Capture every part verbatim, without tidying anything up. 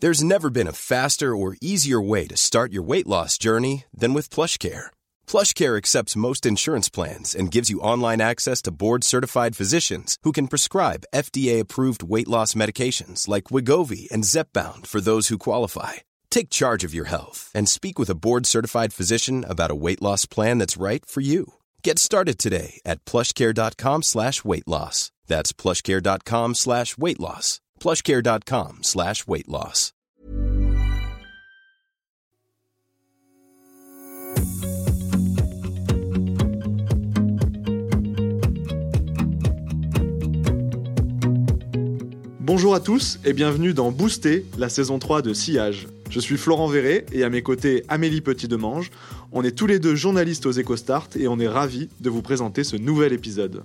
There's never been a faster or easier way to start your weight loss journey than with PlushCare. PlushCare accepts most insurance plans and gives you online access to board-certified physicians who can prescribe F D A-approved weight loss medications like Wegovy and Zepbound for those who qualify. Take charge of your health and speak with a board-certified physician about a weight loss plan that's right for you. Get started today at plushcare.com slash weight loss. That's plushcare.com slash weight loss. plushcare.com slash weight loss. Bonjour à tous et bienvenue dans Booster, la saison trois de Sillage. Je suis Florent Verret et à mes côtés Amélie Petit-Demange. On est tous les deux journalistes aux EcoStart et on est ravis de vous présenter ce nouvel épisode.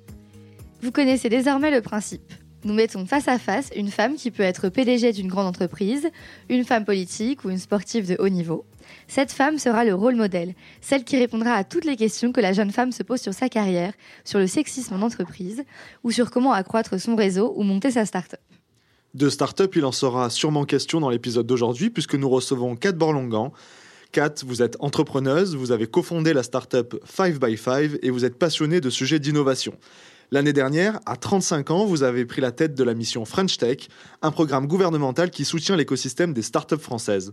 Vous connaissez désormais le principe. Nous mettons face à face une femme qui peut être P D G d'une grande entreprise, une femme politique ou une sportive de haut niveau. Cette femme sera le rôle modèle, celle qui répondra à toutes les questions que la jeune femme se pose sur sa carrière, sur le sexisme en entreprise ou sur comment accroître son réseau ou monter sa start-up. De start-up, il en sera sûrement question dans l'épisode d'aujourd'hui puisque nous recevons Kat Borlongan. Kat, vous êtes entrepreneuse, vous avez cofondé la start-up five by five et vous êtes passionnée de sujets d'innovation. L'année dernière, à trente-cinq ans, vous avez pris la tête de la mission French Tech, un programme gouvernemental qui soutient l'écosystème des start-up françaises.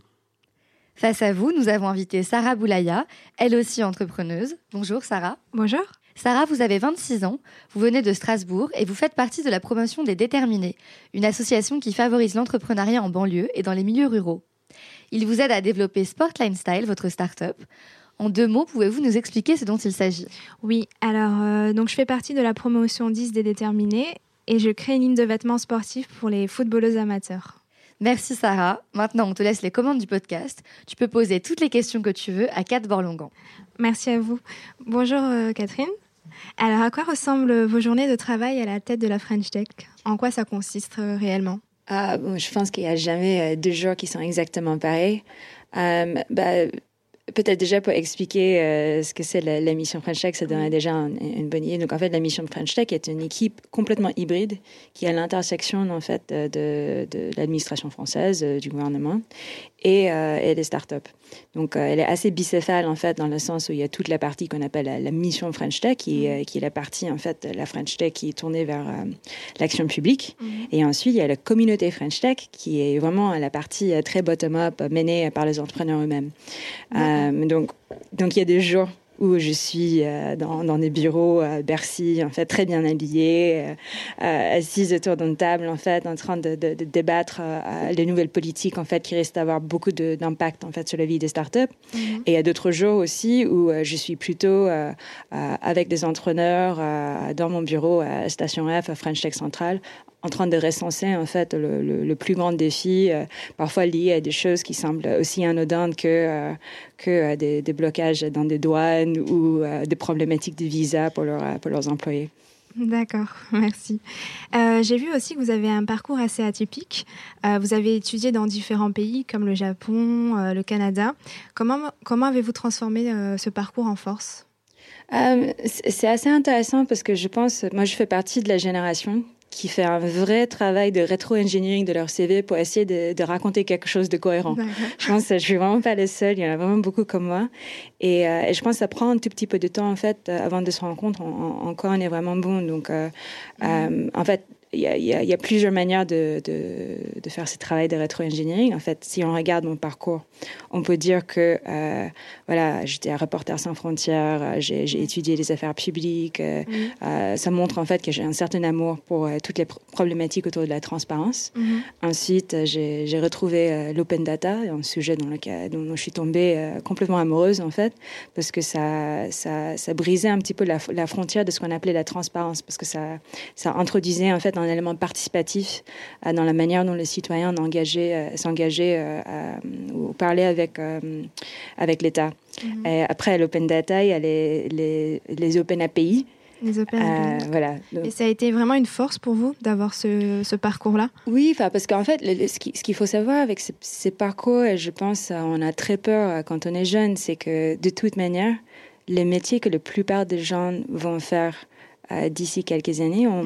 Face à vous, nous avons invité Sarah Boulaya, elle aussi entrepreneuse. Bonjour Sarah. Bonjour. Sarah, vous avez vingt-six ans, vous venez de Strasbourg et vous faites partie de la promotion des Déterminés, une association qui favorise l'entrepreneuriat en banlieue et dans les milieux ruraux. Il vous aide à développer Sportline Style, votre start-up. En deux mots, pouvez-vous nous expliquer ce dont il s'agit ? Oui, alors euh, donc je fais partie de la promotion dix des Déterminés et je crée une ligne de vêtements sportifs pour les footballeuses amateurs. Merci Sarah. Maintenant, on te laisse les commandes du podcast. Tu peux poser toutes les questions que tu veux à Kat Borlongan. Merci à vous. Bonjour euh, Catherine. Alors, à quoi ressemblent vos journées de travail à la tête de la French Tech ? En quoi ça consiste euh, réellement ? Ah, bon, je pense qu'il n'y a jamais euh, deux jours qui sont exactement pareils. Euh, bah, peut-être déjà pour expliquer euh, ce que c'est la, la mission French Tech, ça donnerait déjà un, une bonne idée. Donc, en fait, la mission French Tech est une équipe complètement hybride qui est à l'intersection, en fait, de, de, de l'administration française, euh, du gouvernement et, euh, et des startups. Donc, euh, elle est assez bicéphale, en fait, dans le sens où il y a toute la partie qu'on appelle la, la mission French Tech, qui, euh, qui est la partie, en fait, la French Tech qui est tournée vers euh, l'action publique. Mm-hmm. Et ensuite, il y a la communauté French Tech, qui est vraiment la partie euh, très bottom-up, menée par les entrepreneurs eux-mêmes. Mm-hmm. Euh, donc, donc, il y a des jours où je suis euh, dans, dans des bureaux à Bercy, en fait, très bien habillée, euh, euh, assise autour d'une table, en fait, en train de, de, de débattre euh, les nouvelles politiques, en fait, qui risquent d'avoir beaucoup de, d'impact, en fait, sur la vie des startups. Mm-hmm. Et il y a d'autres jours aussi où euh, je suis plutôt euh, euh, avec des entrepreneurs euh, dans mon bureau à Station F, à French Tech Central, en train de recenser, en fait, le, le, le plus grand défi, euh, parfois lié à des choses qui semblent aussi anodines que, euh, que euh, des, des blocages dans des douanes ou euh, des problématiques de visa pour, leur, pour leurs employés. D'accord, merci. Euh, j'ai vu aussi que vous avez un parcours assez atypique. Euh, vous avez étudié dans différents pays comme le Japon, euh, le Canada. Comment, comment avez-vous transformé euh, ce parcours en force ? euh, C'est assez intéressant parce que je pense, moi je fais partie de la génération qui fait un vrai travail de rétro-engineering de leur C V pour essayer de, de raconter quelque chose de cohérent. D'accord. Je pense que je ne suis vraiment pas la seule, il y en a vraiment beaucoup comme moi. Et, euh, et je pense que ça prend un tout petit peu de temps, en fait, avant de se rendre compte en, en quoi on est vraiment bon. Donc, euh, mmh. euh, en fait, il y a, il y a, il y a plusieurs manières de, de, de faire ce travail de rétro-engineering. En fait, si on regarde mon parcours, on peut dire que euh, voilà, j'étais à Reporters sans frontières, j'ai, j'ai étudié les affaires publiques. Euh, mmh. euh, ça montre en fait que j'ai un certain amour pour euh, toutes les pr- problématiques autour de la transparence. Mmh. Ensuite, j'ai, j'ai retrouvé euh, l'open data, un sujet dans lequel dont je suis tombée euh, complètement amoureuse en fait, parce que ça, ça, ça brisait un petit peu la, la frontière de ce qu'on appelait la transparence, parce que ça, ça introduisait en fait un élément participatif euh, dans la manière dont les citoyens engagés, euh, s'engageaient euh, euh, ou parlaient avec, euh, avec l'État. Mm-hmm. Et après, l'open data, il y a les, les, les open A P I. Les open euh, voilà. Donc... Et ça a été vraiment une force pour vous d'avoir ce, ce parcours-là ? Oui, parce qu'en fait, le, ce, qui, ce qu'il faut savoir avec ces, ces parcours, et je pense on a très peur quand on est jeune, c'est que de toute manière, les métiers que la plupart des gens vont faire euh, d'ici quelques années ont mm-hmm.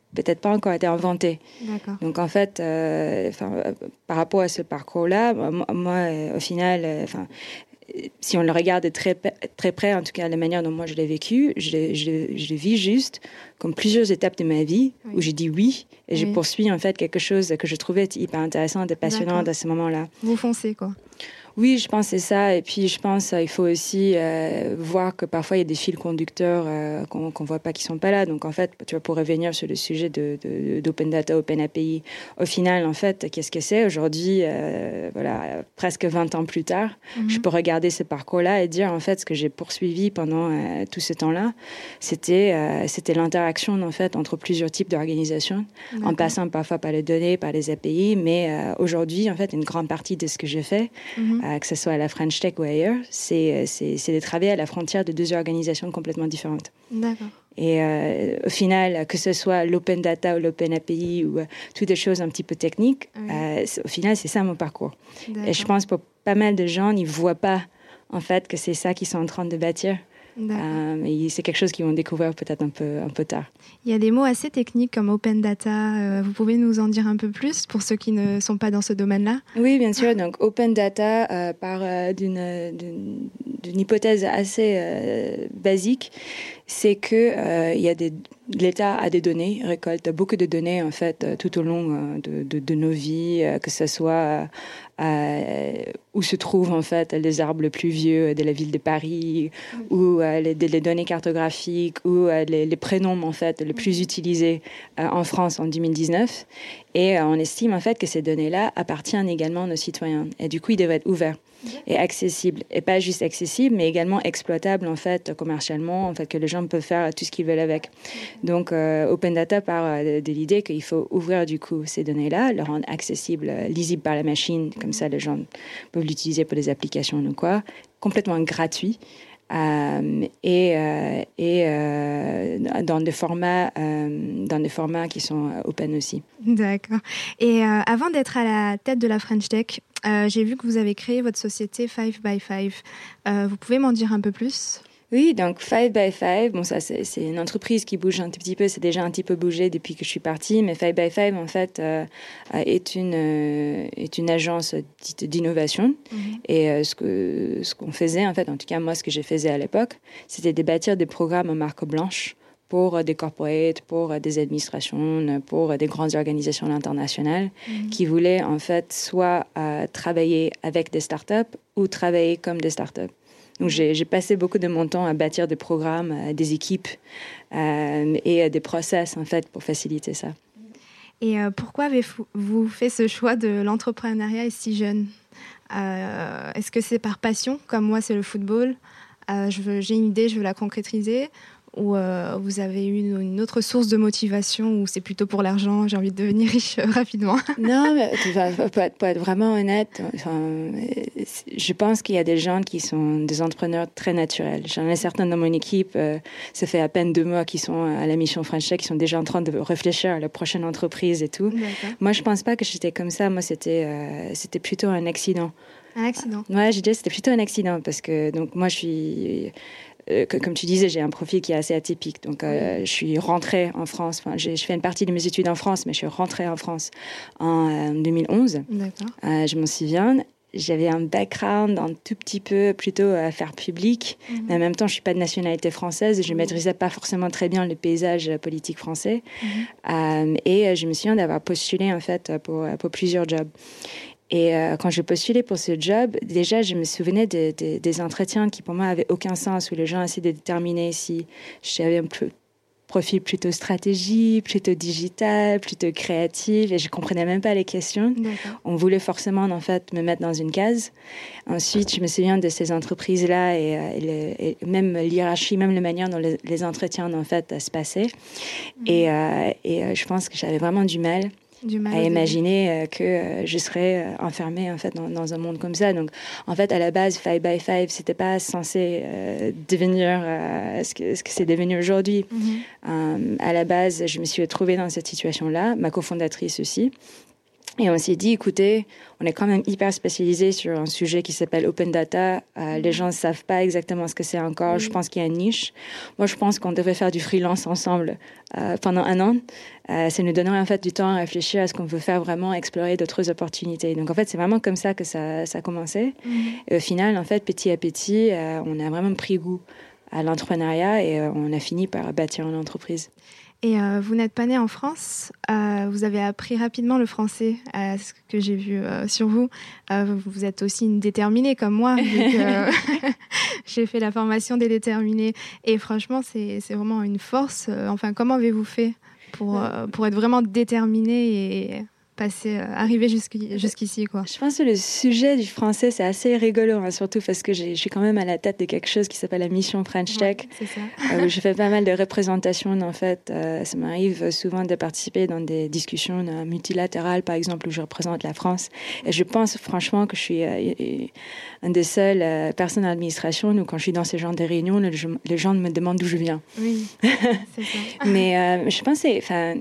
peut-être pas encore été inventé. D'accord. Donc en fait, euh, par rapport à ce parcours-là, moi, moi au final, euh, si on le regarde de très, très près, en tout cas la manière dont moi je l'ai vécu, je, je, je le vis juste comme plusieurs étapes de ma vie oui. où j'ai dit oui et oui. je poursuis en fait quelque chose que je trouvais hyper intéressant et passionnant à ce moment-là. Vous foncez quoi. Oui, je pense que c'est ça. Et puis, je pense qu'il faut aussi euh, voir que parfois, il y a des fils conducteurs euh, qu'on ne voit pas qui ne sont pas là. Donc, en fait, tu vois, pour revenir sur le sujet de, de, d'Open Data, Open A P I, au final, en fait, qu'est-ce que c'est aujourd'hui, euh, voilà, presque vingt ans plus tard, mm-hmm. je peux regarder ce parcours-là et dire, en fait, ce que j'ai poursuivi pendant euh, tout ce temps-là, c'était, euh, c'était l'interaction, en fait, entre plusieurs types d'organisations, D'accord. en passant parfois par les données, par les A P I. Mais euh, aujourd'hui, en fait, une grande partie de ce que j'ai fait, mm-hmm. que ce soit à la French Tech ou ailleurs, c'est, c'est, c'est de travailler à la frontière de deux organisations complètement différentes. D'accord. Et euh, au final, que ce soit l'Open Data ou l'Open A P I ou euh, toutes des choses un petit peu techniques, oui. euh, au final, c'est ça mon parcours. D'accord. Et je pense pour pas mal de gens, ils ne voient pas en fait que c'est ça qu'ils sont en train de bâtir. Euh, et c'est quelque chose qu'ils vont découvrir peut-être un peu, un peu tard. Il y a des mots assez techniques comme Open Data. Euh, vous pouvez nous en dire un peu plus pour ceux qui ne sont pas dans ce domaine-là ? Oui, bien sûr. Donc, Open Data, euh, part euh, d'une, d'une, d'une hypothèse assez euh, basique, c'est que euh, il y a des, l'État a des données, il récolte beaucoup de données en fait euh, tout au long euh, de, de, de nos vies, euh, que ce soit euh, où se trouvent en fait les arbres les plus vieux de la ville de Paris, mmh. ou euh, les, les données cartographiques, ou euh, les, les prénoms en fait les plus utilisés euh, en France en deux mille dix-neuf. Et euh, on estime en fait que ces données-là appartiennent également à nos citoyens. Et du coup, ils devraient être ouverts et accessibles. Et pas juste accessibles, mais également exploitables en fait commercialement, en fait que les gens peuvent faire tout ce qu'ils veulent avec. Donc, euh, Open Data part de, de l'idée qu'il faut ouvrir du coup ces données-là, les rendre accessibles, lisibles par la machine, comme ça les gens peuvent l'utiliser pour des applications ou quoi, complètement gratuit. Euh, et euh, et euh, dans des formats euh, dans des formats qui sont open aussi. D'accord. Et euh, avant d'être à la tête de la French Tech, euh, j'ai vu que vous avez créé votre société five by five. Euh, vous pouvez m'en dire un peu plus ? Oui, donc five by five, bon ça c'est, c'est une entreprise qui bouge un tout petit peu, c'est déjà un petit peu bougé depuis que je suis partie, mais five by five en fait euh, est une euh, est une agence dite d'innovation. Mm-hmm. Et euh, ce que ce qu'on faisait en fait, en tout cas moi ce que je faisais à l'époque, c'était de bâtir des programmes en marque blanche pour des corporates, pour des administrations, pour des grandes organisations internationales mmh. qui voulaient en fait soit euh, travailler avec des startups ou travailler comme des startups. Donc, j'ai, j'ai passé beaucoup de mon temps à bâtir des programmes, euh, des équipes euh, et euh, des process, en fait, pour faciliter ça. Et euh, pourquoi avez-vous fait ce choix de l'entrepreneuriat si jeune ? euh, Est-ce que c'est par passion, comme moi, c'est le football ? euh, je veux, J'ai une idée, je veux la concrétiser ? Ou euh, vous avez eu une, une autre source de motivation, ou c'est plutôt pour l'argent, j'ai envie de devenir riche euh, rapidement ? Non, mais pour être, pour être vraiment honnête, enfin, je pense qu'il y a des gens qui sont des entrepreneurs très naturels. J'en ai certains dans mon équipe, euh, ça fait à peine deux mois qu'ils sont à la mission French Tech, qui sont déjà en train de réfléchir à la prochaine entreprise et tout. D'accord. Moi, je pense pas que j'étais comme ça. Moi, c'était, euh, c'était plutôt un accident. Un accident ? Ouais, j'ai dit c'était plutôt un accident parce que donc moi, je suis... Euh, comme tu disais, j'ai un profil qui est assez atypique. Donc, euh, oui. je suis rentrée en France. Enfin, j'ai, je fais une partie de mes études en France, mais je suis rentrée en France en euh, deux mille onze. D'accord. Euh, je m'en souviens. J'avais un background un tout petit peu plutôt à faire public, mm-hmm. mais en même temps, je suis pas de nationalité française et je ne mm-hmm. maîtrisais pas forcément très bien le paysage politique français. Mm-hmm. Euh, et je me souviens d'avoir postulé en fait pour, pour plusieurs jobs. Et euh, quand je postulais pour ce job, déjà, je me souvenais de, de, des entretiens qui, pour moi, n'avaient aucun sens, où les gens essaient de déterminer si j'avais un peu, profil plutôt stratégie, plutôt digital, plutôt créatif, et je ne comprenais même pas les questions. D'accord. On voulait forcément, en fait, me mettre dans une case. Ensuite, je me souviens de ces entreprises-là, et, et, le, et même l'hiérarchie, même la manière dont les, les entretiens, en fait, se passaient. Mmh. Et, euh, et euh, je pense que j'avais vraiment du mal... à imaginer euh, que euh, je serais euh, enfermée en fait dans, dans un monde comme ça. Donc en fait à la base five by five c'était pas censé euh, devenir euh, ce que ce que c'est devenu aujourd'hui. Mm-hmm. Euh, à la base je me suis retrouvée dans cette situation là, ma cofondatrice aussi. Et on s'est dit, écoutez, on est quand même hyper spécialisé sur un sujet qui s'appelle Open Data. Euh, les gens ne savent pas exactement ce que c'est encore. Oui. Je pense qu'il y a une niche. Moi, je pense qu'on devrait faire du freelance ensemble euh, pendant un an. Euh, ça nous donnerait en fait du temps à réfléchir à ce qu'on veut faire vraiment, explorer d'autres opportunités. Donc, en fait, c'est vraiment comme ça que ça, ça a commencé. Mm-hmm. Et au final, en fait, petit à petit, euh, on a vraiment pris goût à l'entrepreneuriat et euh, on a fini par bâtir une entreprise. Et euh, vous n'êtes pas né en France, euh, vous avez appris rapidement le français, euh, ce que j'ai vu euh, sur vous. Euh, vous êtes aussi une déterminée comme moi, vu que euh, j'ai fait la formation des déterminés. Et franchement, c'est, c'est vraiment une force. Enfin, comment avez-vous fait pour, euh, pour être vraiment déterminée et passer, euh, arriver jusqu'i- jusqu'ici, quoi. Je pense que le sujet du français, c'est assez rigolo, hein, surtout parce que j'ai, je suis quand même à la tête de quelque chose qui s'appelle la mission French Tech. Ouais, c'est ça. euh, où je fais pas mal de représentations, en fait. Euh, ça m'arrive souvent de participer dans des discussions euh, multilatérales, par exemple, où je représente la France. Et je pense franchement que je suis euh, une des seules euh, personnes en administration où quand je suis dans ce genre de réunions, les, les gens me demandent d'où je viens. Oui, c'est ça. Mais euh, je pense que enfin,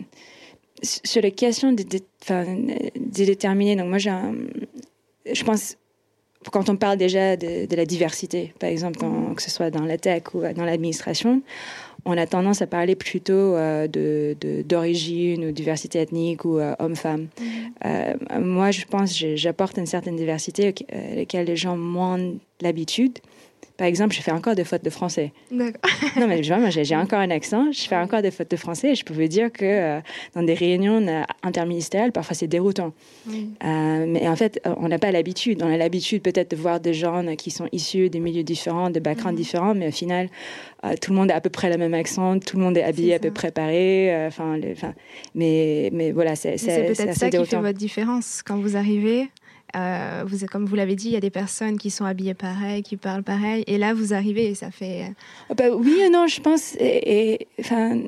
sur les questions de, de, de déterminer, donc moi, j'ai un, je pense, quand on parle déjà de, de la diversité, par exemple, dans, que ce soit dans la tech ou dans l'administration, on a tendance à parler plutôt euh, de, de, d'origine ou diversité ethnique ou euh, homme-femme. Mm-hmm. Euh, moi, je pense que j'apporte une certaine diversité à laquelle les gens ont moins l'habitude. Par exemple, je fais encore des fautes de français. D'accord. Non, mais je vois, moi, j'ai, j'ai encore un accent, je fais encore des fautes de français et je peux vous dire que euh, dans des réunions euh, interministérielles, parfois c'est déroutant. Oui. Euh, mais en fait, on n'a pas l'habitude. On a l'habitude peut-être de voir des gens qui sont issus de milieux différents, de backgrounds mmh. différents, mais au final, euh, tout le monde a à peu près le même accent, tout le monde est habillé c'est à peu près pareil. Enfin, euh, mais, mais voilà, c'est, c'est, mais c'est peut-être c'est assez ça déroutant. Qui fait votre différence quand vous arrivez. Euh, vous, comme vous l'avez dit, il y a des personnes qui sont habillées pareil, qui parlent pareil, et là vous arrivez et ça fait. Oh bah, oui et non, je pense. Et, et, enfin,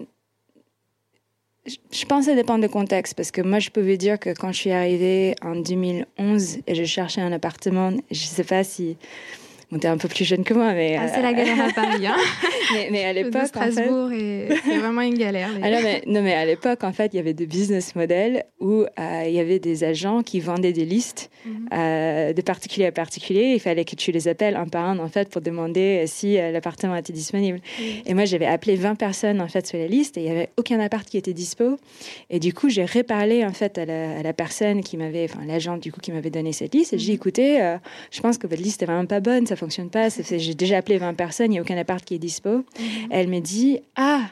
je pense que ça dépend du contexte, parce que moi je peux vous dire que quand je suis arrivée en deux mille onze et je cherchais un appartement, je ne sais pas si. Bon, t'es un peu plus jeune que moi, mais... Ah, c'est la galère à Paris, hein. mais, mais à l'époque, Strasbourg, en fait... et c'est vraiment une galère. Les... Ah non, mais, non, mais à l'époque, en fait, il y avait des business models où euh, il y avait des agents qui vendaient des listes mm-hmm. euh, de particulier à particulier. Il fallait que tu les appelles un par un, en fait, pour demander si euh, l'appartement était disponible. Mm-hmm. Et moi, j'avais appelé vingt personnes, en fait, sur la liste, et il n'y avait aucun appart qui était dispo. Et du coup, j'ai reparlé, en fait, à la, à la personne qui m'avait... Enfin, l'agent, du coup, qui m'avait donné cette liste. Et mm-hmm. j'ai dit, écoutez, euh, je pense que votre liste est vraiment pas bonne, ça fonctionne pas. C'est, c'est, j'ai déjà appelé vingt personnes, il n'y a aucun appart qui est dispo. Mm-hmm. Elle me dit, ah,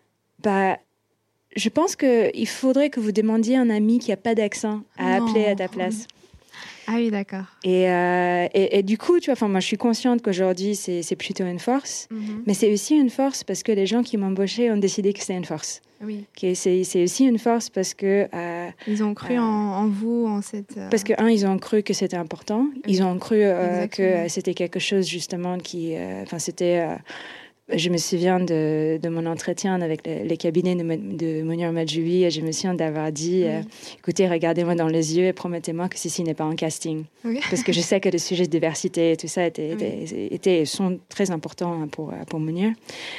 bah, je pense qu'il faudrait que vous demandiez à un ami qui n'a pas d'accent à non. appeler à ta place. Ah oui, d'accord. Et, euh, et, et du coup, tu vois, enfin, moi, je suis consciente qu'aujourd'hui, c'est, c'est plutôt une force, mm-hmm. mais c'est aussi une force parce que les gens qui m'embauchaient ont décidé que c'était une force. Oui. Okay, c'est, c'est aussi une force parce que... Euh, ils ont cru euh, en, en vous, en cette... Euh... Parce que, un, ils ont cru que c'était important. Oui. Ils ont cru euh, que c'était quelque chose, justement, qui... Enfin, c'était... Euh, je me souviens de, de mon entretien avec les, les cabinets de, de Mounir Mahjoubi et je me souviens d'avoir dit, oui. euh, écoutez, regardez-moi dans les yeux et promettez-moi que ceci n'est pas un casting. Oui. Parce que je sais que les sujets de diversité et tout ça étaient, oui. étaient, étaient, sont très importants pour, pour Mounir.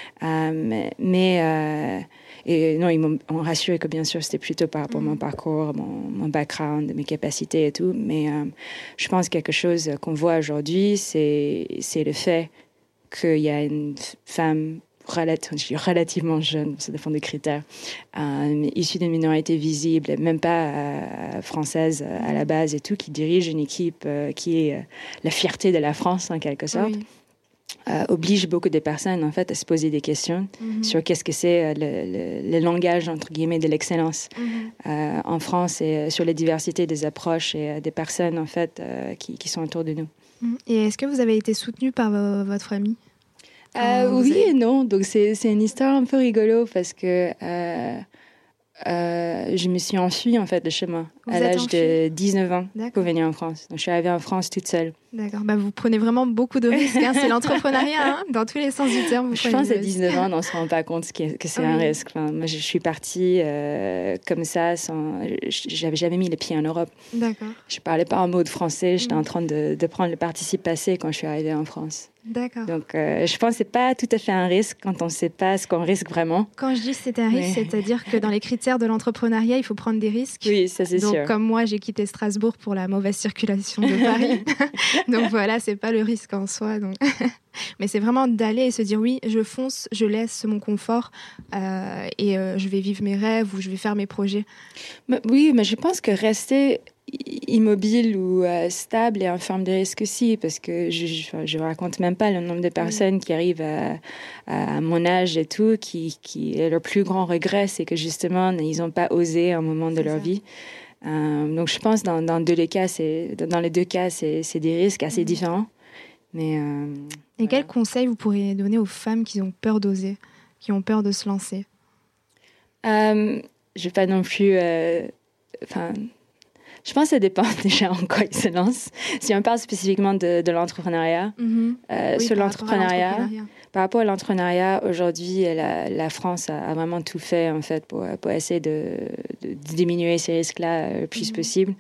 Euh, mais... Euh, Et non, ils m'ont rassuré que bien sûr, c'était plutôt par rapport à mon parcours, mon, mon background, mes capacités et tout. Mais euh, je pense que quelque chose qu'on voit aujourd'hui, c'est, c'est le fait qu'il y a une femme relative, relativement jeune, ça dépend des critères, euh, issue d'une minorité visible, même pas euh, française à la base et tout, qui dirige une équipe euh, qui est euh, la fierté de la France en quelque sorte. Oui. Euh, oblige beaucoup de personnes en fait à se poser des questions mm-hmm. sur qu'est-ce que c'est euh, le, le, le langage entre guillemets de l'excellence mm-hmm. euh, en France et sur la diversité des approches et euh, des personnes en fait euh, qui, qui sont autour de nous. Et est-ce que vous avez été soutenu par v- votre famille? euh, Oui avez... et non. Donc c'est, c'est une histoire un peu rigolo parce que euh, Euh, je me suis enfuie en fait de chez moi vous à l'âge de dix-neuf ans D'accord. pour venir en France. Donc je suis arrivée en France toute seule. D'accord. Bah, vous prenez vraiment beaucoup de risques. Hein. C'est l'entrepreneuriat hein, dans tous les sens du terme. Vous je pense qu'à dix-neuf ans, on ne se rend pas compte que c'est ah, un oui. risque. Enfin, moi, je suis partie euh, comme ça. Sans... J'avais jamais mis les pieds en Europe. D'accord. Je parlais pas un mot de français. J'étais mmh. en train de, de prendre le participe passé quand je suis arrivée en France. D'accord. Donc, euh, je pense que ce n'est pas tout à fait un risque quand on ne sait pas ce qu'on risque vraiment. Quand je dis que c'est un risque, oui. c'est-à-dire que dans les critères de l'entrepreneuriat, il faut prendre des risques. Oui, ça c'est Donc, sûr. Donc, comme moi, j'ai quitté Strasbourg pour la mauvaise circulation de Paris. Donc, voilà, ce n'est pas le risque en soi. Donc... Mais c'est vraiment d'aller et se dire, oui, je fonce, je laisse mon confort euh, et euh, je vais vivre mes rêves ou je vais faire mes projets. Mais, oui, mais je pense que rester immobile ou euh, stable est en forme de risque aussi, parce que je ne raconte même pas le nombre de personnes oui. qui arrivent à, à mon âge et tout, qui, qui leur plus grand regret, c'est que justement, ils n'ont pas osé à un moment de c'est leur ça. vie. Euh, donc je pense dans, dans, deux les cas, c'est, dans les deux cas, c'est, c'est des risques assez mmh. différents. Mais, euh, et voilà. Quels conseils vous pourriez donner aux femmes qui ont peur d'oser, qui ont peur de se lancer? euh, Je ne vais pas non plus... Enfin... Euh, Je pense que ça dépend déjà en quoi ils se lancent. Si on parle spécifiquement de, de l'entrepreneuriat, mm-hmm. euh, oui, sur par l'entrepreneuriat, rapport par rapport à l'entrepreneuriat, aujourd'hui, la, la France a, a vraiment tout fait en fait pour, pour essayer de, de, de diminuer ces risques-là le plus mm-hmm. possible.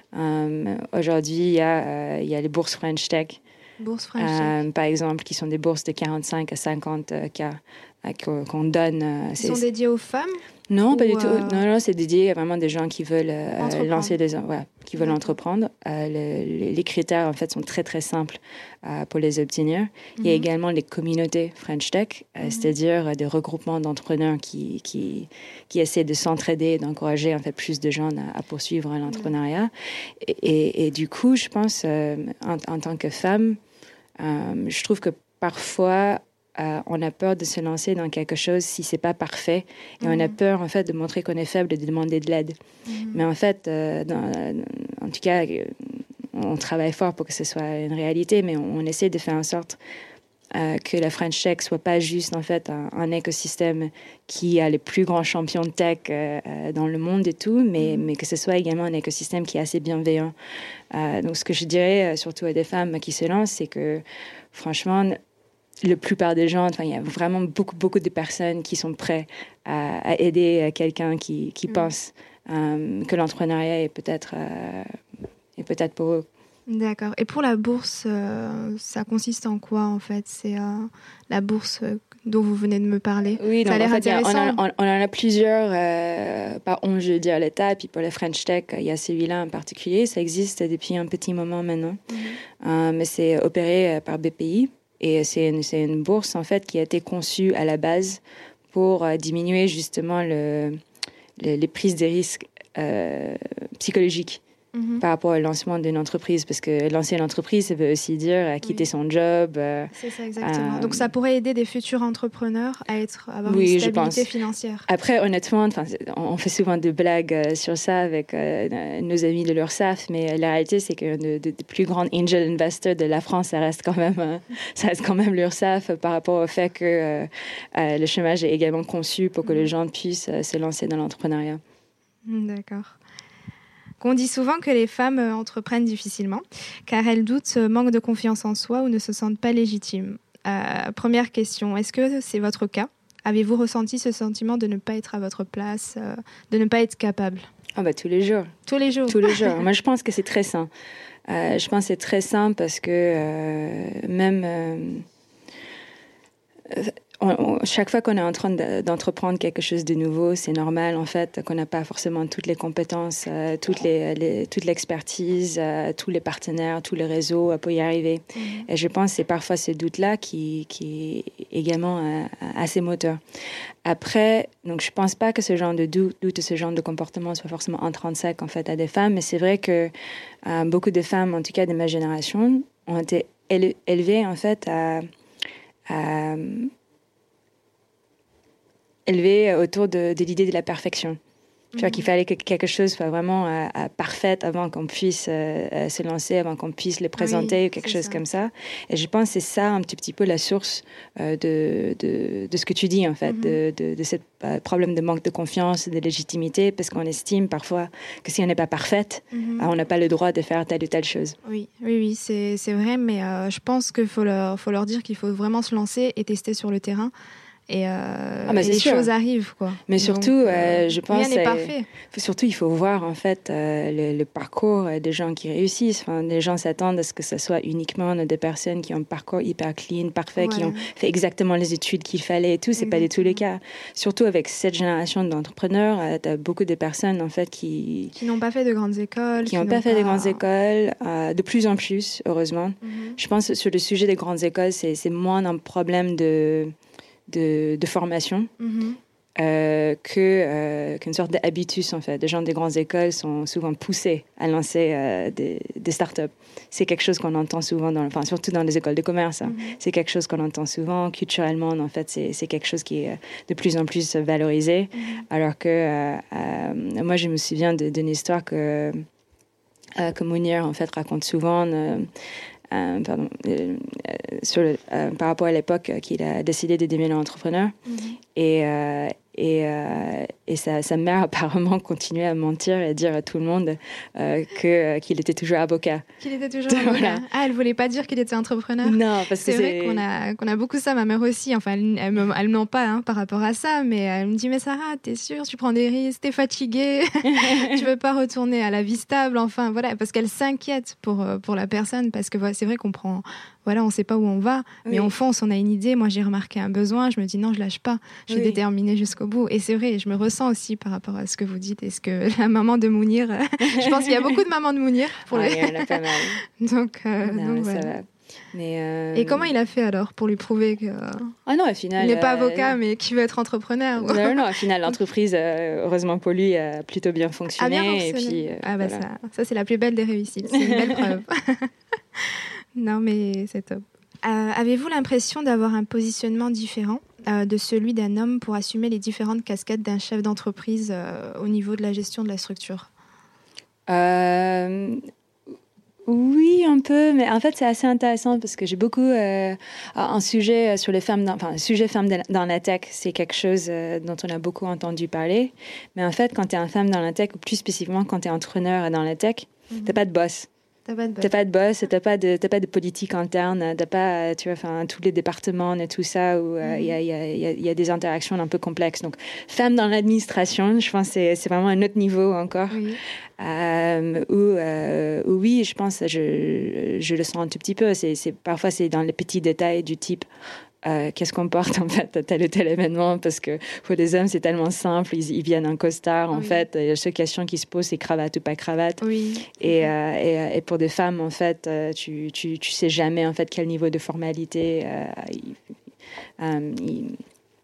Um, aujourd'hui, il y a, euh, il y a les bourses French Tech, bourses French euh, Tech. par exemple, qui sont des bourses de quarante-cinq à cinquante cas euh, qu'on, qu'on donne. Euh, Ils sont dédiés aux femmes? Non, ou pas du tout. Euh... Non, non, c'est dédié à vraiment des gens qui veulent euh, lancer des, ouais, qui veulent entreprendre. Euh, le, les critères en fait sont très très simples euh, pour les obtenir. Mm-hmm. Il y a également les communautés French Tech, euh, mm-hmm. c'est-à-dire euh, des regroupements d'entrepreneurs qui qui qui essaient de s'entraider, et d'encourager en fait plus de gens à, à poursuivre l'entrepreneuriat. Mm-hmm. Et, et, et du coup, je pense euh, en, en tant que femme, euh, je trouve que parfois Euh, on a peur de se lancer dans quelque chose si c'est pas parfait et mmh. on a peur en fait de montrer qu'on est faible et de demander de l'aide. Mmh. Mais en fait, euh, dans, en tout cas, on travaille fort pour que ce soit une réalité, mais on, on essaie de faire en sorte euh, que la French Tech soit pas juste en fait un, un écosystème qui a les plus grands champions de tech euh, dans le monde et tout, mais, mmh. mais que ce soit également un écosystème qui est assez bienveillant. Euh, donc, ce que je dirais surtout à des femmes qui se lancent, c'est que franchement, la plupart des gens, enfin, il y a vraiment beaucoup, beaucoup de personnes qui sont prêtes à, à aider quelqu'un qui, qui mmh. pense euh, que l'entrepreneuriat est peut-être, euh, est peut-être pour eux. D'accord. Et pour la bourse, euh, ça consiste en quoi, en fait? C'est euh, la bourse dont vous venez de me parler. Oui, ça donc, a l'air en fait, intéressant. On en, on, on en a plusieurs, euh, par on, je veux dire, l'État, et puis pour les French Tech, il y a celui-là en particulier. Ça existe depuis un petit moment maintenant, mmh. euh, mais c'est opéré par B P I. Et c'est une, c'est une bourse, en fait, qui a été conçue à la base pour euh, diminuer, justement, le, le, les prises de risques euh, psychologiques mm-hmm. par rapport au lancement d'une entreprise. Parce que lancer une entreprise, ça veut aussi dire euh, quitter oui. son job. Euh, c'est ça, exactement. Euh, Donc, ça pourrait aider des futurs entrepreneurs à être, à avoir oui, une stabilité financière. Après, honnêtement, on fait souvent des blagues euh, sur ça avec euh, nos amis de l'URSSAF, mais la réalité, c'est que de, de, de plus grands angel investors de la France, ça reste quand même, euh, ça reste quand même l'URSSAF par rapport au fait que euh, euh, le chômage est également conçu pour que mmh. les gens puissent euh, se lancer dans l'entrepreneuriat. D'accord. On dit souvent que les femmes euh, entreprennent difficilement, car elles doutent, euh, manquent de confiance en soi ou ne se sentent pas légitimes. Euh, première question, est-ce que c'est votre cas? Avez-vous ressenti ce sentiment de ne pas être à votre place, euh, de ne pas être capable? Ah bah, tous les jours. Tous les jours. Tous les jours. Moi, je pense que c'est très sain. Euh, je pense que c'est très sain parce que euh, même... Euh, On, on, chaque fois qu'on est en train de, d'entreprendre quelque chose de nouveau, c'est normal en fait qu'on n'a pas forcément toutes les compétences, euh, toutes les, les, toute l'expertise, euh, tous les partenaires, tous les réseaux euh, pour y arriver. Mmh. Et je pense que c'est parfois ce doute-là qui, qui est également euh, assez moteur. Après, donc je pense pas que ce genre de doute, doute ce genre de comportement soit forcément intrinsèque en fait à des femmes, mais c'est vrai que euh, beaucoup de femmes, en tout cas de ma génération, ont été éle- élevées en fait à, à élevée autour de, de l'idée de la perfection. Mm-hmm. Tu vois, qu'il fallait que quelque chose soit vraiment euh, euh, parfait avant qu'on puisse euh, se lancer, avant qu'on puisse le présenter oui, ou quelque chose ça. Comme ça. Et je pense que c'est ça un petit, petit peu la source euh, de, de, de ce que tu dis, en fait, mm-hmm. de, de, de ce euh, problème de manque de confiance, de légitimité, parce qu'on estime parfois que si on n'est pas parfaite, mm-hmm. euh, on n'a pas le droit de faire telle ou telle chose. Oui, oui, oui, c'est, c'est vrai, mais euh, je pense qu'il faut leur, faut leur dire qu'il faut vraiment se lancer et tester sur le terrain. et, euh, ah, bah, et les sûr. choses arrivent, quoi. Mais Donc, surtout, euh, je pense... rien n'est parfait. Surtout, il faut voir, en fait, euh, le, le parcours des gens qui réussissent. Enfin, les gens s'attendent à ce que ce soit uniquement des personnes qui ont un parcours hyper clean, parfait, ouais. qui ont fait exactement les études qu'il fallait et tout. C'est pas du tout le cas. Surtout avec cette génération d'entrepreneurs, euh, tu as beaucoup de personnes, en fait, qui... Qui n'ont pas fait de grandes écoles. Qui n'ont pas fait pas... de grandes écoles, euh, de plus en plus, heureusement. Mm-hmm. Je pense que sur le sujet des grandes écoles, c'est, c'est moins un problème de, de, de formation. Mm-hmm. Euh, que, euh, qu'une sorte d'habitus, en fait. Les gens des grandes écoles sont souvent poussés à lancer euh, des, des startups. C'est quelque chose qu'on entend souvent, dans, enfin, surtout dans les écoles de commerce. Hein. Mm-hmm. C'est quelque chose qu'on entend souvent. Culturellement, en fait, c'est, c'est quelque chose qui est de plus en plus valorisé. Mm-hmm. Alors que euh, euh, moi, je me souviens de, d'une histoire que, euh, que Mounir, en fait, raconte souvent... Euh, Euh, pardon, euh, sur le, euh, par rapport à l'époque euh, qu'il a décidé de devenir entrepreneur. Mm-hmm. Et, euh, et, euh, et sa, sa mère apparemment continuait à mentir et à dire à tout le monde euh, que, euh, qu'il était toujours avocat. Qu'il était toujours avocat. Voilà. Ah, elle ne voulait pas dire qu'il était entrepreneur. Non, parce c'est que vrai c'est... qu'on a, qu'on a beaucoup ça, ma mère aussi. Enfin, elle, elle, me, elle ment pas hein, par rapport à ça, mais elle me dit, mais Sarah, t'es sûre, tu prends des risques, t'es fatiguée, tu veux pas retourner à la vie stable, enfin, voilà, parce qu'elle s'inquiète pour, pour la personne, parce que voilà, c'est vrai qu'on prend... Voilà, on ne sait pas où on va, oui. mais on fonce, on a une idée. Moi, j'ai remarqué un besoin, je me dis non, je ne lâche pas, je vais oui. déterminer jusqu'au bout. Et c'est vrai, je me ressens aussi par rapport à ce que vous dites. Est-ce que la maman de Mounir, je pense qu'il y a beaucoup de mamans de Mounir. Pour ah, les... Il y en a pas mal. donc, euh, non, donc ça voilà. va. Mais euh... Et comment il a fait alors pour lui prouver que ah non, au final, il n'est pas euh... avocat, mais qu'il veut être entrepreneur ou... Non, non, au final, l'entreprise, euh, heureusement pour lui, a plutôt bien fonctionné. A bien fonctionné. Et puis, euh, ah bah voilà. ça, ça, c'est la plus belle des réussites. C'est une belle preuve. Non, mais c'est top. Euh, avez-vous l'impression d'avoir un positionnement différent euh, de celui d'un homme pour assumer les différentes casquettes d'un chef d'entreprise euh, au niveau de la gestion de la structure ? euh, Oui, un peu, mais en fait, c'est assez intéressant parce que j'ai beaucoup euh, un sujet sur les femmes, dans, enfin, un sujet femmes dans la tech, c'est quelque chose euh, dont on a beaucoup entendu parler. Mais en fait, quand tu es une femme dans la tech, ou plus spécifiquement quand tu es entrepreneur dans la tech, mm-hmm. t'as pas de boss. T'as pas de boss. T'as pas de boss, t'as pas de, t'as pas de politique interne, t'as pas, tu vois, enfin, tous les départements et tout ça où il euh, mm-hmm. y, a, y, a, y, a, y a des interactions un peu complexes. Donc, femme dans l'administration, je pense que c'est, c'est vraiment un autre niveau encore. Oui. Euh, où, euh, où, oui, je pense, je, je le sens un tout petit peu. C'est, c'est, parfois, c'est dans les petits détails du type... Euh, qu'est-ce qu'on porte en fait à tel ou tel événement, parce que pour les hommes c'est tellement simple, ils, ils viennent en costard en oui. fait, la seule question qui se pose c'est cravate ou pas cravate. Oui. Et, euh, et, et pour des femmes en fait, tu, tu, tu sais jamais en fait quel niveau de formalité euh, il, euh, il,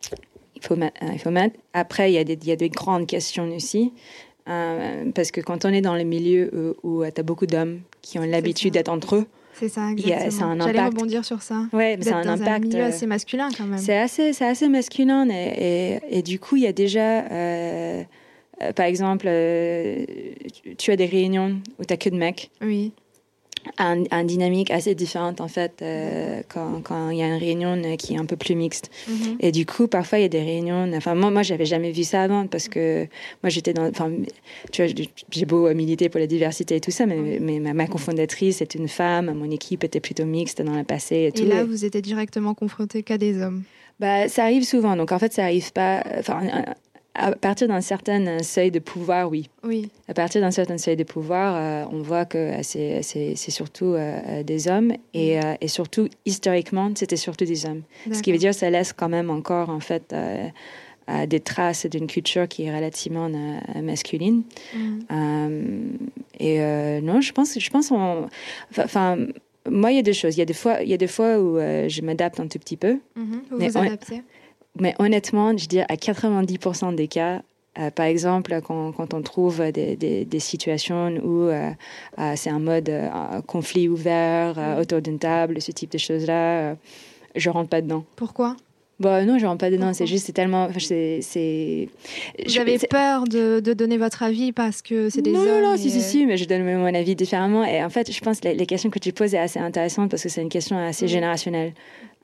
il faut mettre. Il faut mettre. Après il y a des, il y a des grandes questions aussi. Euh, parce que quand on est dans les milieux où, où tu as beaucoup d'hommes qui ont l'habitude d'être entre eux, c'est ça, exactement. Yeah, c'est un impact. J'allais rebondir sur ça. Ouais, c'est un dans impact. Un milieu assez masculin quand même. C'est assez, c'est assez masculin et, et, et du coup, il y a déjà, euh, euh, par exemple, euh, tu as des réunions où tu n'as que de mecs. Oui. Un, un dynamique assez différente en fait euh, quand quand il y a une réunion qui est un peu plus mixte. Mm-hmm. Et du coup parfois il y a des réunions, enfin moi moi j'avais jamais vu ça avant parce que moi j'étais dans, enfin tu vois, j'ai beau militer pour la diversité et tout ça, mais, mm-hmm. mais ma, ma cofondatrice est une femme, mon équipe était plutôt mixte dans le passé et, et tout. Et là vous étiez directement confrontés qu'à des hommes. Bah ça arrive souvent, donc en fait ça arrive pas, enfin à partir d'un certain seuil de pouvoir, oui. Oui. À partir d'un certain seuil de pouvoir, euh, on voit que c'est, c'est, c'est surtout euh, des hommes et, euh, et surtout, historiquement, c'était surtout des hommes. D'accord. Ce qui veut dire que ça laisse quand même encore, en fait, euh, euh, des traces d'une culture qui est relativement euh, masculine. Mm. Euh, et euh, non, je pense, je pense, on, enfin, moi, il y a deux choses. Il y a des fois, il y a des fois où euh, je m'adapte un tout petit peu. Mm-hmm. Vous vous adaptez? Mais honnêtement, je dirais à quatre-vingt-dix pour cent des cas, euh, par exemple, quand, quand on trouve des, des, des situations où euh, euh, c'est un mode euh, conflit ouvert euh, autour d'une table, ce type de choses-là, euh, je rentre pas dedans. Pourquoi ? Bon, non, je rentre pas dedans. Pourquoi ? C'est juste, c'est tellement, c'est, c'est. Vous je, avez c'est... peur de, de donner votre avis parce que c'est des non, hommes. Non, non, et... si, si, si, mais je donne mon avis différemment. Et en fait, je pense que les, les questions que tu poses est assez intéressante parce que c'est une question assez mmh. générationnelle.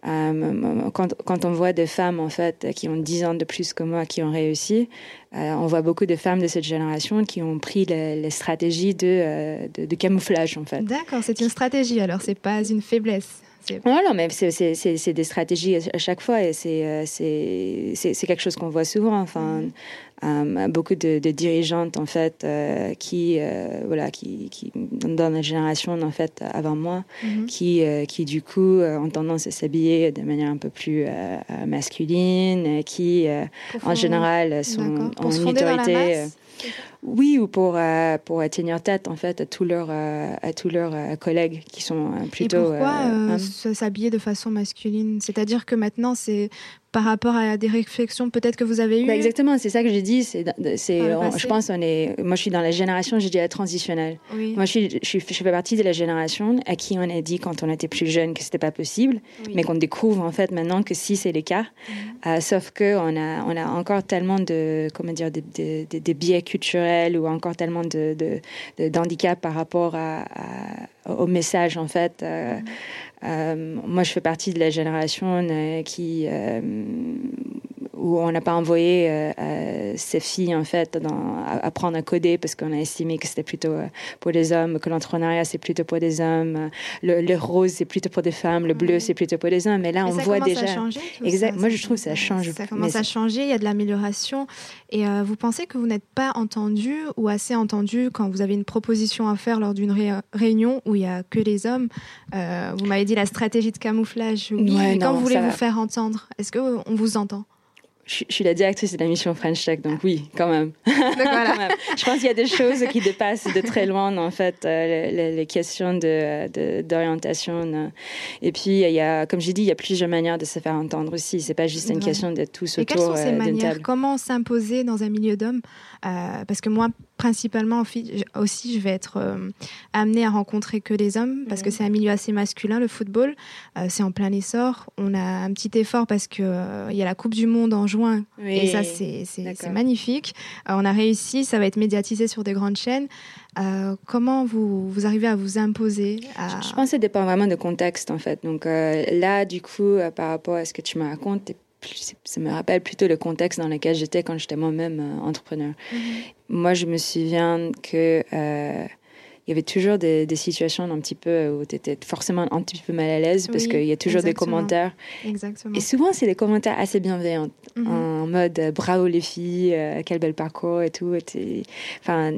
Euh, quand, quand on voit des femmes en fait qui ont dix ans de plus que moi qui ont réussi, euh, on voit beaucoup de femmes de cette génération qui ont pris les, les stratégies de, euh, de, de camouflage en fait. D'accord, c'est une stratégie alors, c'est pas une faiblesse. C'est... Non, non, mais c'est, c'est, c'est, c'est des stratégies à chaque fois et c'est, euh, c'est, c'est, c'est quelque chose qu'on voit souvent. Enfin, mm. euh, beaucoup de, de dirigeantes, en fait, euh, qui, euh, voilà, qui, qui, dans la génération, en fait, avant moi, mm-hmm. qui, euh, qui, du coup, euh, ont tendance à s'habiller de manière un peu plus euh, masculine, qui, euh, en général, sont D'accord. en se fonder autorité. Dans la masse. Oui, ou pour, euh, pour tenir tête, en fait, à tous leurs, euh, à tous leurs euh, collègues qui sont euh, plutôt... Et pourquoi euh, euh, euh, s'habiller de façon masculine ? C'est-à-dire que maintenant, c'est par rapport à des réflexions peut-être que vous avez eues ? Bah exactement, c'est ça que j'ai dit. C'est, c'est, on, je pense on est... Moi, je suis dans la génération, je dirais, transitionnelle. Oui. Moi, je, suis, je, suis, je fais partie de la génération à qui on a dit, quand on était plus jeune, que c'était pas possible, oui. mais qu'on découvre, en fait, maintenant que si, c'est le cas. Mm-hmm. Euh, sauf qu'on a, on a encore tellement de, comment dire, de, de, de, de biais culturels ou encore tellement de, de, de, d'handicap par rapport à, à, au message, en fait. Euh, mm-hmm. Euh, moi, je fais partie de la génération euh, qui, euh, où on n'a pas envoyé euh, euh, ces filles, en fait, dans, à apprendre à coder parce qu'on a estimé que c'était plutôt euh, pour les hommes, que l'entrepreneuriat, c'est plutôt pour des hommes, le, le rose, c'est plutôt pour des femmes, le bleu, mmh. c'est plutôt pour des hommes. Mais là, et on voit déjà... Ça commence à changer, exact. Ça, moi, ça, je trouve que ça change. Ça commence à changer, il y a de l'amélioration. Et euh, vous pensez que vous n'êtes pas entendu ou assez entendu quand vous avez une proposition à faire lors d'une ré- réunion où il n'y a que les hommes euh, Vous m'avez dit la stratégie de camouflage. Oui, ouais, mais quand non, voulez-vous faire entendre ? Est-ce qu'on vous entend ? Je, je suis la directrice de la mission French Tech, donc oui, quand même. Voilà. quand même. Je pense qu'il y a des choses qui dépassent de très loin, en fait, euh, les, les questions de, de, d'orientation. Euh. Et puis, il y a, comme j'ai dit, il y a plusieurs manières de se faire entendre aussi. C'est pas juste une ouais. question d'être tous Et autour quelles sont ces euh, manières ? d'une table. Comment s'imposer dans un milieu d'hommes ? euh, Parce que moi, principalement aussi, je vais être euh, amenée à rencontrer que des hommes parce mmh. que c'est un milieu assez masculin, le football. Euh, c'est en plein essor. On a un petit effort parce qu'il euh, y a la Coupe du Monde en juin oui. et ça, c'est, c'est, c'est magnifique. Euh, on a réussi, ça va être médiatisé sur des grandes chaînes. Euh, comment vous, vous arrivez à vous imposer à... Je pense que ça dépend vraiment de contexte, en fait. Donc euh, là, du coup, euh, par rapport à ce que tu me racontes, ça me rappelle plutôt le contexte dans lequel j'étais quand j'étais moi-même euh, entrepreneur. Mm-hmm. Moi, je me souviens que euh, il y avait toujours des, des situations un petit peu où tu étais forcément un petit peu mal à l'aise parce oui, qu'il y a toujours exactement. des commentaires. Exactement. Et souvent, c'est des commentaires assez bienveillants, mm-hmm. en mode euh, bravo les filles, euh, quel bel parcours et tout. Et enfin,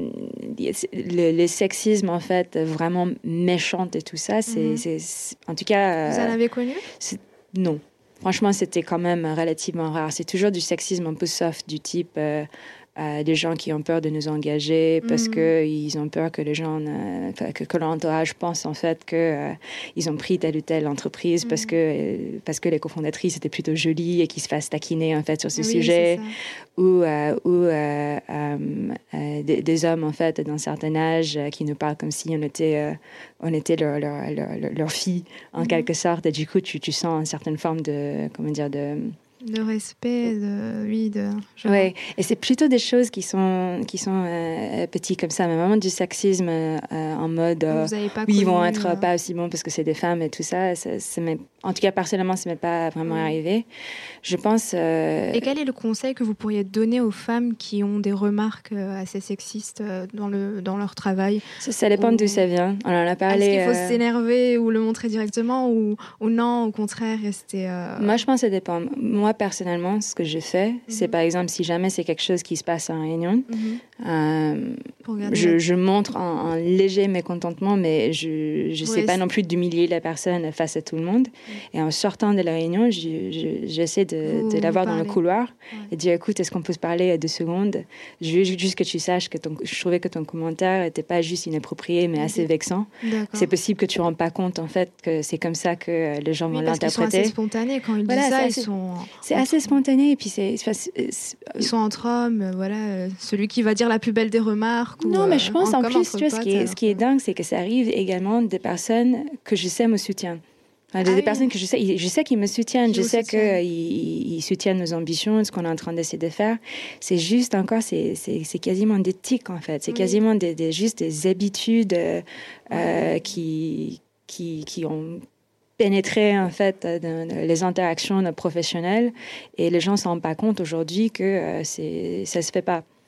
le, le sexisme, en fait, vraiment méchant et tout ça, c'est, mm-hmm. c'est, c'est en tout cas. Vous en avez connu ? c'est, Non. Franchement, c'était quand même relativement rare. C'est toujours du sexisme un peu soft, du type euh, euh, des gens qui ont peur de nous engager parce mmh. qu'ils ont peur que les gens, euh, que, que l'entourage pense en fait qu'ils euh, ont pris telle ou telle entreprise mmh. parce, que, euh, parce que les cofondatrices étaient plutôt jolies et qu'ils se fassent taquiner en fait sur ce oui, sujet. Ou, euh, ou euh, euh, euh, des, des hommes en fait d'un certain âge euh, qui nous parlent comme si on était, euh, on était leur, leur, leur, leur, leur fille en mmh. quelque sorte. Et du coup, tu, tu sens une certaine forme de, comment dire, de... de respect, de oui, de. Ouais, et c'est plutôt des choses qui sont qui sont euh, petites comme ça, mais vraiment du sexisme euh, en mode. Euh, Vous avez pas oui, connu, ils vont être euh... pas aussi bons parce que c'est des femmes et tout ça. ça, ça en tout cas, personnellement, ça m'est pas vraiment oui. arrivé. Je pense. Euh... Et quel est le conseil que vous pourriez donner aux femmes qui ont des remarques assez sexistes dans le dans leur travail ? Ça, ça dépend ou... d'où ça vient. On en a parlé. Est-ce qu'il faut euh... s'énerver ou le montrer directement ou ou non, au contraire, rester. Euh... Moi, je pense que ça dépend. Moi, personnellement, ce que je fais, mm-hmm. c'est par exemple si jamais c'est quelque chose qui se passe en réunion, mm-hmm. euh, je, je montre un, un léger mécontentement, mais je je sais oui, pas c'est... non plus d'humilier la personne face à tout le monde. Mm-hmm. Et en sortant de la réunion, je, je, j'essaie de, de l'avoir dans le couloir ouais. et dire écoute, est-ce qu'on peut se parler à deux secondes ? Je veux juste que tu saches que ton, je trouvais que ton commentaire n'était pas juste inapproprié, mais assez vexant. D'accord. C'est possible que tu ne rends pas compte en fait que c'est comme ça que les gens oui, vont parce l'interpréter. Ils sont assez spontanés quand ils voilà, disent ça. Assez, ils sont c'est assez spontané et puis c'est, c'est, c'est, c'est ils sont entre hommes, euh, voilà, euh, celui qui va dire la plus belle des remarques. Non, ou, mais je pense euh, en, en plus, tu vois, ce qui est, ce qui est dingue, c'est que ça arrive également des personnes que je sais me soutiennent. Enfin, des, ah, des oui. personnes que je sais, je sais qu'ils me soutiennent, qui je sais qu'ils ils soutiennent nos ambitions, ce qu'on est en train d'essayer de faire. C'est juste encore, c'est, c'est, c'est quasiment des tics en fait. C'est oui. quasiment des, des, juste des habitudes euh, ouais. qui, qui, qui ont pénétrer en fait dans les interactions professionnelles et les gens ne se rendent pas compte aujourd'hui que euh, c'est, ça se fait pas.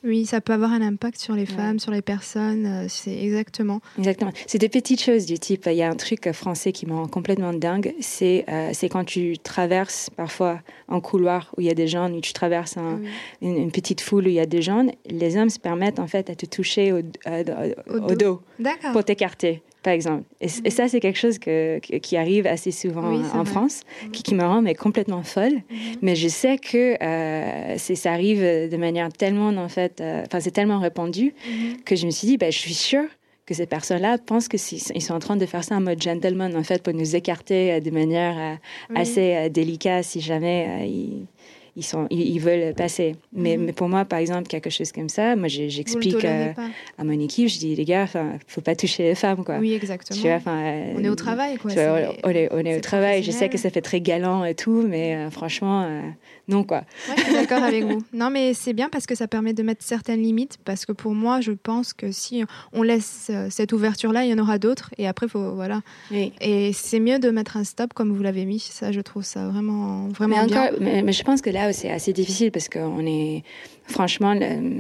Oui, ça peut avoir un impact sur les femmes, ouais. sur les personnes, euh, c'est exactement. Exactement. C'est des petites choses du type, il y a un truc français qui me rend complètement dingue, c'est, euh, c'est quand tu traverses parfois un couloir où il y a des gens, où tu traverses un, oui. une, une petite foule où il y a des gens, les hommes se permettent en fait à te toucher au, euh, au, au, au dos, dos pour t'écarter. Par exemple. Et, mmh. et ça, c'est quelque chose que, que, qui arrive assez souvent oui, en vrai. France, mmh. qui, qui me rend mais, complètement folle. Mmh. Mais je sais que euh, c'est, ça arrive de manière tellement, en fait, euh, enfin, c'est tellement répandu mmh. que je me suis dit, ben, je suis sûre que ces personnes-là pensent qu'ils sont en train de faire ça en mode gentleman, en fait, pour nous écarter de manière euh, oui. assez euh, délicate si jamais euh, ils... Ils, sont, ils, ils veulent passer. Mais, mm-hmm. mais pour moi, par exemple, quelque chose comme ça, moi, j'explique euh, à mon équipe, je dis, les gars, il ne faut pas toucher les femmes, quoi. Oui, exactement. Tu vois, euh, on est au travail, quoi. Vois, on est, on est au travail. Je sais que ça fait très galant et tout, mais euh, franchement, euh, non, quoi. Ouais, je suis d'accord avec vous. Non, mais c'est bien parce que ça permet de mettre certaines limites, parce que pour moi, je pense que si on laisse cette ouverture-là, il y en aura d'autres, et après, faut, voilà. Oui. Et c'est mieux de mettre un stop, comme vous l'avez mis. Ça, je trouve ça vraiment, vraiment mais bien. Encore, mais, mais je pense que là, c'est assez difficile parce qu'on est, franchement, le,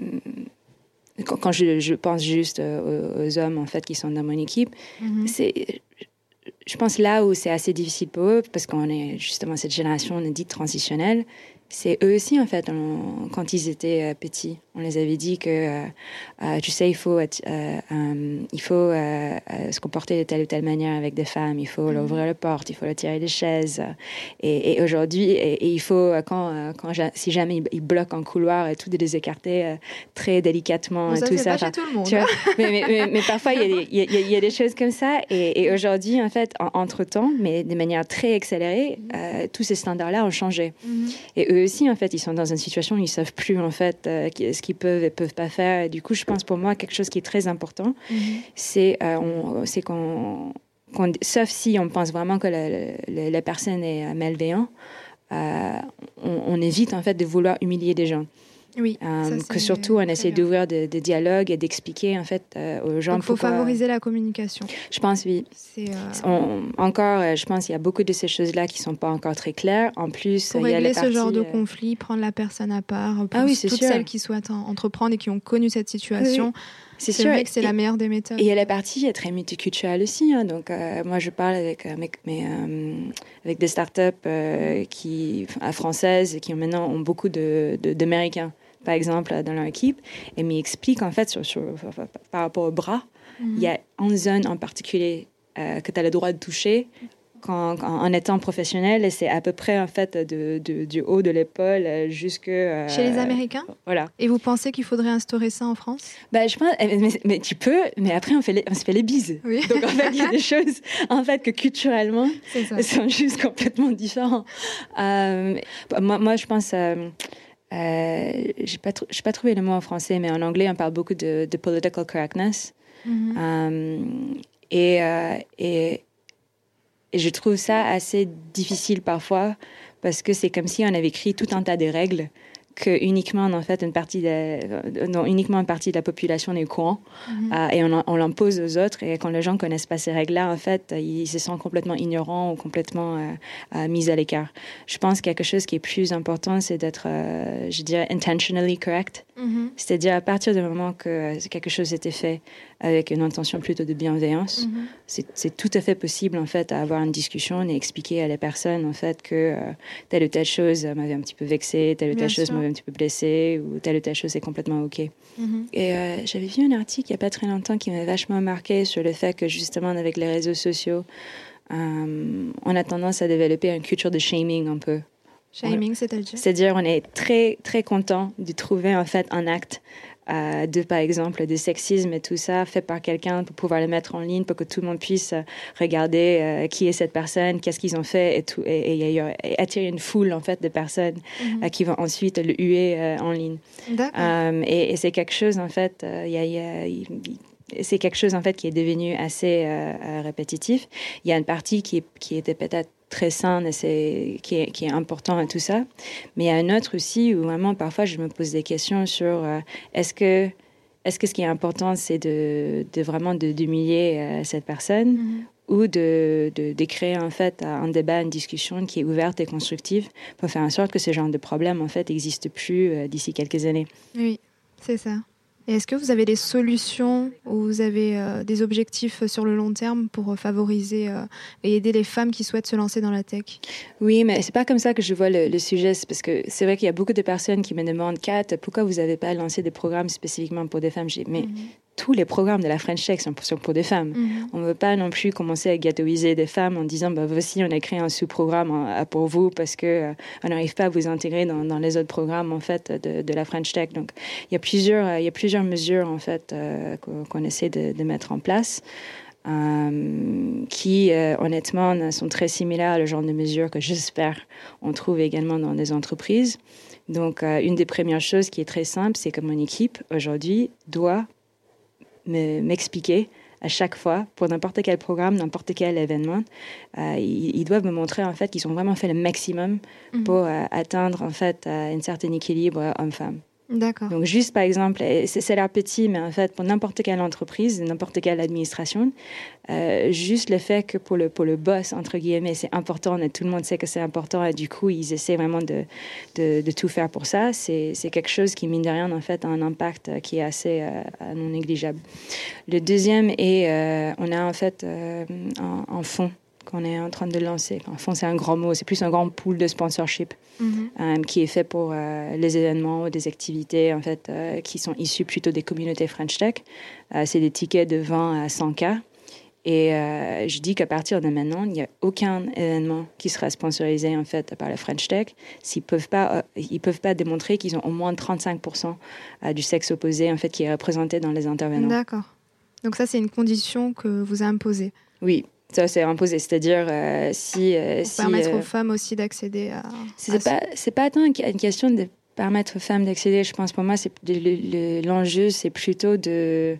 quand je, je pense juste aux, aux hommes en fait qui sont dans mon équipe, mm-hmm. c'est, je pense là où c'est assez difficile pour eux parce qu'on est justement cette génération dite transitionnelle. C'est eux aussi, en fait, on, quand ils étaient euh, petits, on les avait dit que, euh, euh, tu sais, il faut, euh, euh, il faut euh, euh, se comporter de telle ou telle manière avec des femmes, il faut mmh. leur ouvrir la porte, il faut leur tirer des chaises. Et, et aujourd'hui, et, et il faut, quand, quand, si jamais ils, ils bloquent un couloir et tout, de les écarter euh, très délicatement. Bon, ça, et tout c'est ça. pas chez tout le monde. Tu vois, mais, mais, mais, mais parfois, il y, y, y, y a des choses comme ça. Et, et aujourd'hui, en fait, en, entre-temps, mais de manière très accélérée, mmh. euh, tous ces standards-là ont changé. Mmh. Et eux aussi, en fait, ils sont dans une situation où ils ne savent plus, en fait, euh, ce qu'ils peuvent et peuvent pas faire. Et du coup, je pense, pour moi, quelque chose qui est très important, mm-hmm. c'est, euh, on, c'est qu'on, qu'on... Sauf si on pense vraiment que la, la, la personne est malveillante, euh, on, on évite, en fait, de vouloir humilier des gens. Oui, euh, ça, que surtout on essaie bien. d'ouvrir des de dialogues et d'expliquer en fait euh, aux gens. Donc il faut favoriser la communication. Je pense oui. C'est, euh... on, encore, je pense qu'il y a beaucoup de ces choses-là qui sont pas encore très claires. En plus, pour il y a régler la partie, ce genre de euh... conflit, prendre la personne à part. Pour ah oui, c'est toutes sûr. celles qui souhaitent entreprendre et qui ont connu cette situation. Oui. C'est, c'est sûr. vrai que c'est et, la meilleure des méthodes. Et il y a la partie très multiculturelle aussi. Hein. Donc, euh, moi, je parle avec, euh, mes, mes, euh, avec des startups euh, qui, à françaises qui ont maintenant ont beaucoup de, de, d'Américains, par exemple, dans leur équipe, et m'expliquent, en fait, sur, sur, par rapport au bras, il mm-hmm. y a une zone en particulier euh, que tu as le droit de toucher quand, quand, en étant professionnel, et c'est à peu près, en fait, de, de, du haut de l'épaule jusque... Euh, Chez les Américains ? Voilà. Et vous pensez qu'il faudrait instaurer ça en France ? Ben, je pense... Mais, mais tu peux, mais après, on, fait les, on se fait les bises. Oui. Donc, en fait, il y a des choses, en fait, que culturellement, sont juste complètement différentes. Euh, moi, moi, je pense... Euh, Euh, je n'ai pas, tr- pas trouvé le mot en français, mais en anglais, on parle beaucoup de, de political correctness. Mm-hmm. Um, et, euh, et, et je trouve ça assez difficile parfois parce que c'est comme si on avait écrit tout un tas de règles que uniquement en fait une partie de, non, uniquement une partie de la population est au courant mm-hmm. euh, et on, on l'impose aux autres, et quand les gens connaissent pas ces règles-là, en fait, ils se sentent complètement ignorants ou complètement euh, euh, mis à l'écart. Je pense que quelque chose qui est plus important, c'est d'être, euh, je dirais, intentionally correct. Mm-hmm. C'est-à-dire à partir du moment que quelque chose était fait avec une intention plutôt de bienveillance, mm-hmm. c'est, c'est tout à fait possible en fait à avoir une discussion et expliquer à la personne en fait que euh, telle ou telle chose m'avait un petit peu vexée, telle ou telle Bien chose sûr. m'avait un petit peu blessée, ou telle ou telle chose est complètement ok. Mm-hmm. Et euh, j'avais vu un article il y a pas très longtemps qui m'avait vachement marqué sur le fait que justement avec les réseaux sociaux, euh, on a tendance à développer une culture de shaming un peu. Shaming, c'est-à-dire C'est-à-dire, on est très, très content de trouver, en fait, un acte euh, de, par exemple, de sexisme et tout ça, fait par quelqu'un pour pouvoir le mettre en ligne, pour que tout le monde puisse regarder euh, qui est cette personne, qu'est-ce qu'ils ont fait et tout, et, et, et, et attirer une foule, en fait, de personnes mm-hmm. euh, qui vont ensuite le huer euh, en ligne. D'accord. Euh, et, et c'est quelque chose, en fait, il euh, y a... Y a y, c'est quelque chose, en fait, qui est devenu assez euh, répétitif. Il y a une partie qui, qui était peut-être très saine et c'est, qui, est, qui est important à tout ça. Mais il y a un autre aussi où vraiment, parfois, je me pose des questions sur euh, est-ce que, est-ce que ce qui est important, c'est de, de vraiment de, d'humilier euh, cette personne mm-hmm. ou de, de, de créer, en fait, un débat, une discussion qui est ouverte et constructive pour faire en sorte que ce genre de problème, en fait, n'existe plus euh, d'ici quelques années. Oui. C'est ça. Et est-ce que vous avez des solutions ou vous avez euh, des objectifs sur le long terme pour favoriser euh, et aider les femmes qui souhaitent se lancer dans la tech? Oui, mais c'est pas comme ça que je vois le, le sujet. C'est parce que c'est vrai qu'il y a beaucoup de personnes qui me demandent, Kat, pourquoi vous n'avez pas lancé des programmes spécifiquement pour des femmes? J'ai, mais mm-hmm. tous les programmes de la French Tech sont pour, sont pour des femmes. Mm-hmm. On ne veut pas non plus commencer à ghettoiser des femmes en disant, bah, voici, on a créé un sous-programme hein, pour vous parce que euh, on n'arrive pas à vous intégrer dans, dans les autres programmes en fait de, de la French Tech. Donc, il y a plusieurs, euh, il y a plusieurs mesures en fait euh, qu'on, qu'on essaie de, de mettre en place. Euh, qui, euh, honnêtement, sont très similaires à le genre de mesures que j'espère on trouve également dans des entreprises. Donc, euh, une des premières choses qui est très simple, c'est que mon équipe, aujourd'hui, doit me, m'expliquer à chaque fois, pour n'importe quel programme, n'importe quel événement, euh, ils, ils doivent me montrer, en fait, qu'ils ont vraiment fait le maximum mmh. pour euh, atteindre, en fait, un certain équilibre homme-femme. D'accord. Donc, juste par exemple, c'est, c'est l'air petit, mais en fait, pour n'importe quelle entreprise, n'importe quelle administration, euh, juste le fait que pour le, pour le boss, entre guillemets, c'est important, et tout le monde sait que c'est important, et du coup, ils essaient vraiment de, de, de tout faire pour ça, c'est, c'est quelque chose qui, mine de rien, en fait, a un impact qui est assez euh, non négligeable. Le deuxième est, euh, on a en fait euh, un, un fonds qu'on est en train de lancer. En fond, c'est un grand mot, c'est plus un grand pool de sponsorship mm-hmm. euh, qui est fait pour euh, les événements ou des activités en fait, euh, qui sont issues plutôt des communautés French Tech. Euh, c'est des tickets de vingt à cent K. Et euh, je dis qu'à partir de maintenant, il n'y a aucun événement qui sera sponsorisé en fait, par la French Tech s'ils ne peuvent pas, euh, ils peuvent pas démontrer qu'ils ont au moins trente-cinq pour cent euh, du sexe opposé en fait, qui est représenté dans les intervenants. D'accord. Donc ça, c'est une condition que vous imposez. Oui. Ça, c'est imposé. C'est-à-dire, euh, si... Euh, Pour si, permettre euh, aux femmes aussi d'accéder à... C'est, à pas, ce... c'est pas tant une question de permettre aux femmes d'accéder. Je pense, pour moi, c'est, le, le, l'enjeu, c'est plutôt de,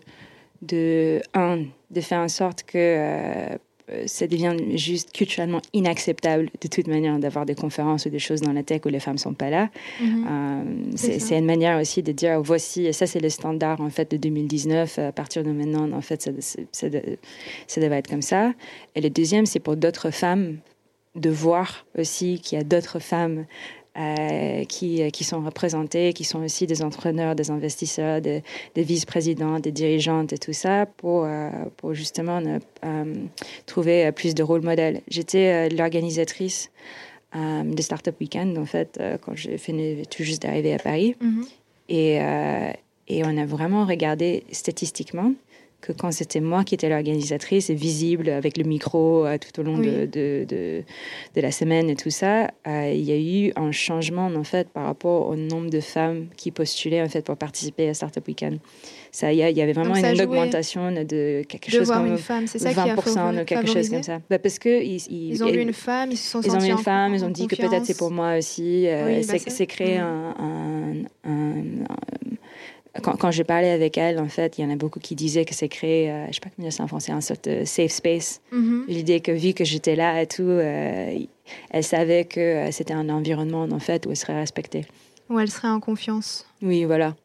de, un, de faire en sorte que euh, ça devienne juste culturellement inacceptable, de toute manière, d'avoir des conférences ou des choses dans la tech où les femmes ne sont pas là. Mm-hmm. Euh, c'est, c'est, c'est une manière aussi de dire, voici, ça, c'est le standard, en fait, de deux mille dix-neuf. À partir de maintenant, en fait, ça, ça, ça, ça devrait être comme ça. Et le deuxième, c'est pour d'autres femmes de voir aussi qu'il y a d'autres femmes euh, qui, qui sont représentées, qui sont aussi des entrepreneurs, des investisseurs, des, des vice-présidents, des dirigeantes et tout ça, pour, euh, pour justement euh, trouver plus de rôle modèles. J'étais euh, l'organisatrice euh, de Startup Weekend, en fait, euh, quand je venais tout juste d'arriver à Paris. Mm-hmm. Et, euh, et on a vraiment regardé statistiquement que quand c'était moi qui étais l'organisatrice, et visible avec le micro euh, tout au long oui. de, de, de, de la semaine et tout ça, euh, il y a eu un changement en fait par rapport au nombre de femmes qui postulaient en fait pour participer à Startup Weekend. Ça, il y, y avait vraiment une augmentation de quelque de chose voir comme une femme, c'est ça vingt pour cent qui a ou quelque chose comme ça. Bah parce que ils, ils, ils ont vu une femme, ils se sont ils sentis ont vu une en, femme, en ils ont dit confiance. que peut-être c'est pour moi aussi. Euh, oui, c'est, bah c'est... c'est créé mmh. un, un, un, un Quand, quand je parlais avec elle, en fait, il y en a beaucoup qui disaient que c'est créé, euh, je ne sais pas comment dire ça en français, un sorte de safe space. Mm-hmm. L'idée que, vu que j'étais là et tout, euh, elle savait que euh, c'était un environnement, en fait, où elle serait respectée. Où elle serait en confiance. Oui, voilà.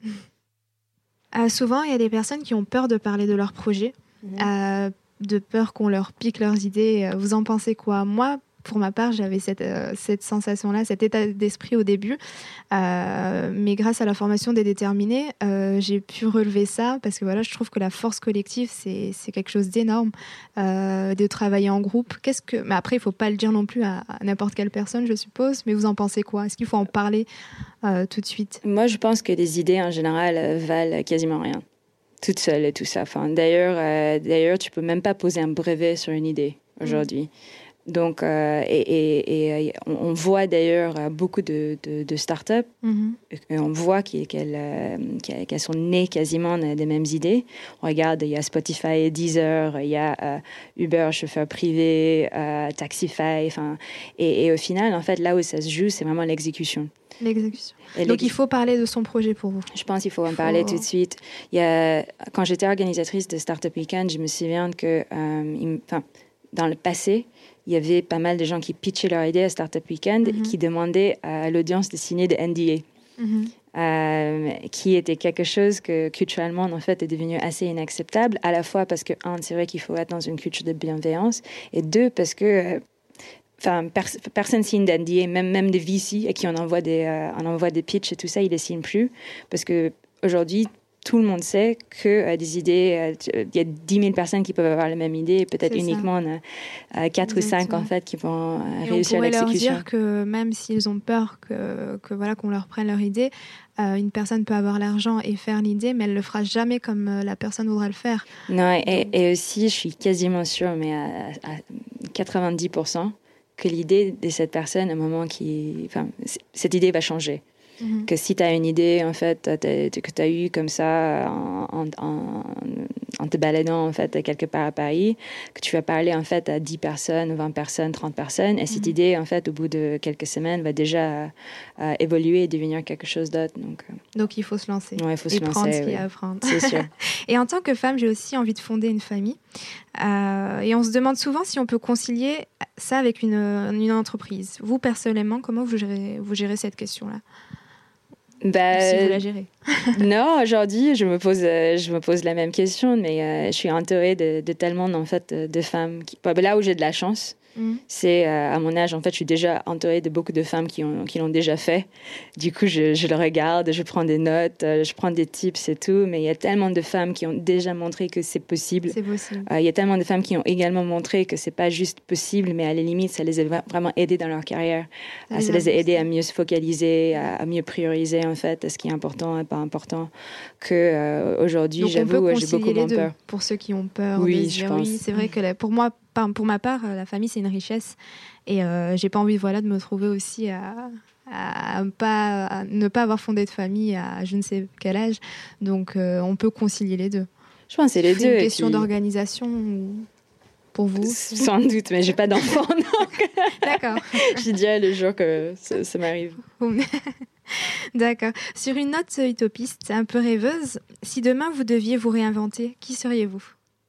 Euh, souvent, il y a des personnes qui ont peur de parler de leur projet, mm-hmm. euh, de peur qu'on leur pique leurs idées. Vous en pensez quoi ? Moi, pour ma part, j'avais cette, euh, cette sensation-là, cet état d'esprit au début. Euh, mais grâce à la formation des déterminés, euh, j'ai pu relever ça parce que voilà, je trouve que la force collective, c'est, c'est quelque chose d'énorme, euh, de travailler en groupe. Qu'est-ce que... Mais après, il ne faut pas le dire non plus à, à n'importe quelle personne, je suppose. Mais vous en pensez quoi ? Est-ce qu'il faut en parler euh, tout de suite ? Moi, je pense que les idées, en général, valent quasiment rien. Toute seule et tout ça. Enfin, d'ailleurs, euh, d'ailleurs, tu ne peux même pas poser un brevet sur une idée aujourd'hui. Mmh. Donc, euh, et, et, et on, on voit d'ailleurs beaucoup de, de, de startups, mm-hmm. et on voit qu'elles, qu'elles, qu'elles sont nées quasiment des mêmes idées. On regarde, il y a Spotify, Deezer, il y a euh, Uber, chauffeur privé, euh, Taxify, enfin, et, et au final, en fait, là où ça se joue, c'est vraiment l'exécution. L'exécution. Et Donc, l'ex... il faut parler de son projet pour vous. Je pense qu'il faut en parler faut... tout de suite. Il y a, quand j'étais organisatrice de Startup Weekend, je me souviens que, euh, il, enfin, dans le passé, il y avait pas mal de gens qui pitchaient leur idée à Startup Weekend mm-hmm. et qui demandaient à l'audience de signer des N D A, mm-hmm. euh, qui était quelque chose que culturellement, en fait, est devenu assez inacceptable, à la fois parce que, un, c'est vrai qu'il faut être dans une culture de bienveillance, et deux, parce que... Enfin, pers- personne signe d'N D A, même, même des V C, à qui on envoie des, euh, on envoie des pitchs et tout ça, ils ne les signent plus, parce que aujourd'hui, tout le monde sait que euh, des idées, il euh, y a dix mille personnes qui peuvent avoir la même idée, et peut-être c'est uniquement euh, quatre ou cinq en fait qui vont euh, réussir l'exécution. On pourrait leur dire que même s'ils ont peur que, que voilà qu'on leur prenne leur idée, euh, une personne peut avoir l'argent et faire l'idée, mais elle le fera jamais comme euh, la personne voudra le faire. Non, et, Donc... et aussi, je suis quasiment sûre, mais à, à quatre-vingt-dix pour cent, que l'idée de cette personne, à un moment qui, enfin, cette idée va changer. Mm-hmm. Que si tu as une idée, en fait, que tu as eue comme ça en, en, en, en te baladant, en fait, quelque part à Paris, que tu vas parler, en fait, à dix personnes, vingt personnes, trente personnes, et cette mm-hmm. idée, en fait, au bout de quelques semaines, va déjà euh, évoluer et devenir quelque chose d'autre. Donc, euh... donc il faut se lancer. Ouais, il faut et se lancer. prendre ce qu'il oui. y a à prendre. C'est sûr. Et en tant que femme, j'ai aussi envie de fonder une famille. Euh, et on se demande souvent si on peut concilier ça avec une, une entreprise. Vous, personnellement, comment vous gérez, vous gérez cette question-là ? Bah, si vous la gérez. Non, aujourd'hui, je me pose, euh, je me pose la même question, mais euh, je suis entourée de, de tellement en fait, de femmes. Qui... Bah, là où j'ai de la chance, mm. c'est euh, à mon âge, en fait, je suis déjà entourée de beaucoup de femmes qui, ont, qui l'ont déjà fait. Du coup, je, je le regarde, je prends des notes, euh, je prends des tips et tout, mais il y a tellement de femmes qui ont déjà montré que c'est possible. C'est possible. Euh, il y a tellement de femmes qui ont également montré que c'est pas juste possible, mais à la limite, ça les a vraiment aidées dans leur carrière. Ça, ça les a aidées à mieux se focaliser, à, à mieux prioriser, en fait, ce qui est important et pas important. Que euh, aujourd'hui, j'avoue, j'ai beaucoup moins peur. Pour ceux qui ont peur, oui, de se dire, je pense. Oui, c'est vrai que là, pour moi, pour ma part, la famille, c'est une richesse. Et euh, j'ai pas envie voilà, de me trouver aussi à, à, pas, à ne pas avoir fondé de famille à je ne sais quel âge. Donc, euh, on peut concilier les deux. Je pense que c'est les deux. C'est une question puis... d'organisation pour vous. Sans doute, mais j'ai pas d'enfant. Donc... D'accord. Je dirais le jour que ça, ça m'arrive. D'accord. Sur une note utopiste, un peu rêveuse, si demain vous deviez vous réinventer, qui seriez-vous ?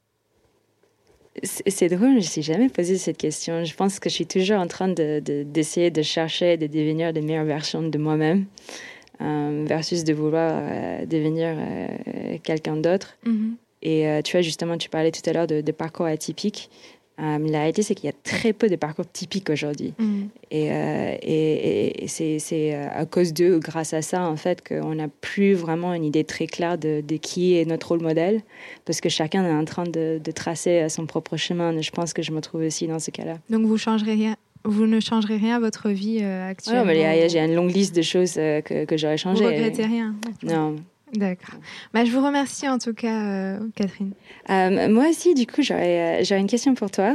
C'est drôle, je ne me suis jamais posé cette question. Je pense que je suis toujours en train de, de, d'essayer de chercher, de devenir la meilleure version de moi-même, euh, versus de vouloir euh, devenir euh, quelqu'un d'autre. Mm-hmm. Et euh, tu vois, justement, tu parlais tout à l'heure de, de parcours atypiques. Euh, la réalité, c'est qu'il y a très peu de parcours typiques aujourd'hui. Mm. Et, euh, et, et c'est, c'est à cause d'eux, ou grâce à ça, en fait, qu'on n'a plus vraiment une idée très claire de, de qui est notre rôle modèle, parce que chacun est en train de, de tracer son propre chemin. Et je pense que je me trouve aussi dans ce cas-là. Donc, vous changerez rien Vous ne changerez rien à votre vie euh, actuellement? Non, mais il y a, j'ai une longue liste de choses euh, que, que j'aurais changées. Vous ne regrettez rien? Non. D'accord. Bah, je vous remercie en tout cas, euh, Catherine. Euh, moi aussi, du coup, j'aurais, j'aurais une question pour toi.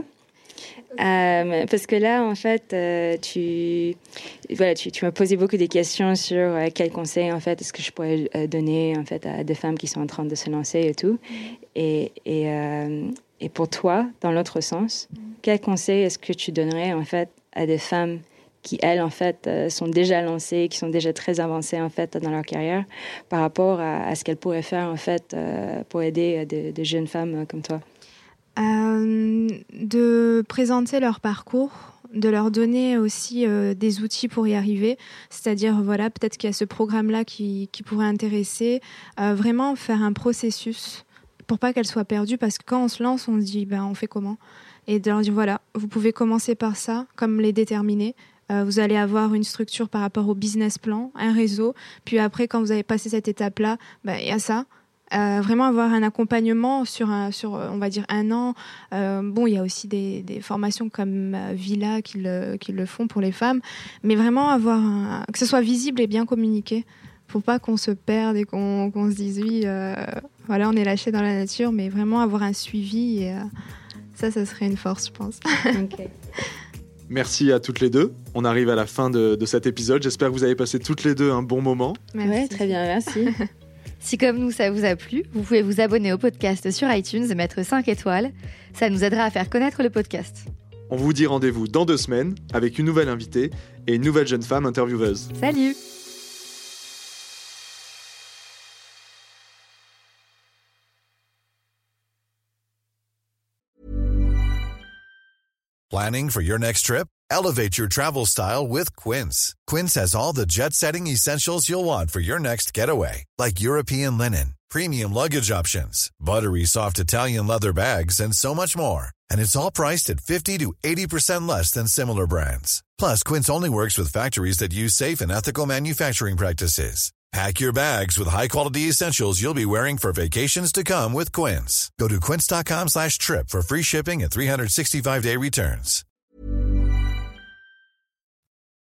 Euh, parce que là, en fait, euh, tu, voilà, tu, tu m'as posé beaucoup de questions sur euh, quels conseils, en fait, est-ce que je pourrais euh, donner, en fait, à des femmes qui sont en train de se lancer et tout. Mm. Et, et, euh, et pour toi, dans l'autre sens, mm. quels conseils est-ce que tu donnerais, en fait, à des femmes qui, elles, en fait, euh, sont déjà lancées, qui sont déjà très avancées, en fait, dans leur carrière, par rapport à, à ce qu'elles pourraient faire, en fait, euh, pour aider de, de jeunes femmes euh, comme toi? Euh, de présenter leur parcours, de leur donner aussi euh, des outils pour y arriver. C'est-à-dire, voilà, peut-être qu'il y a ce programme-là qui, qui pourrait intéresser. Euh, vraiment faire un processus pour pas qu'elles soient perdues, parce que quand on se lance, on se dit, ben, on fait comment? Et de leur dire, voilà, vous pouvez commencer par ça, comme les déterminer. Euh, vous allez avoir une structure par rapport au business plan, un réseau. Puis après, quand vous avez passé cette étape-là, ben, il y a ça. Euh, vraiment avoir un accompagnement sur, un, sur on va dire, un an. Euh, bon, il y a aussi des, des formations comme euh, Villa qui le, qui le font pour les femmes. Mais vraiment avoir un, que ce soit visible et bien communiqué. Faut pas qu'on se perde et qu'on, qu'on se dise, oui, euh, voilà, on est lâché dans la nature, mais vraiment avoir un suivi. Et, euh, ça, ça serait une force, je pense. Okay. Merci à toutes les deux. On arrive à la fin de, de cet épisode. J'espère que vous avez passé toutes les deux un bon moment. Oui, très bien, merci. Si comme nous, ça vous a plu, vous pouvez vous abonner au podcast sur iTunes et mettre cinq étoiles. Ça nous aidera à faire connaître le podcast. On vous dit rendez-vous dans deux semaines avec une nouvelle invitée et une nouvelle jeune femme intervieweuse. Salut! Planning for your next trip? Elevate your travel style with Quince. Quince has all the jet-setting essentials you'll want for your next getaway, like European linen, premium luggage options, buttery soft Italian leather bags, and so much more. And it's all priced at fifty to eighty percent less than similar brands. Plus, Quince only works with factories that use safe and ethical manufacturing practices. Pack your bags with high-quality essentials you'll be wearing for vacations to come with Quince. Go to quince.com slash trip for free shipping and three sixty-five day returns.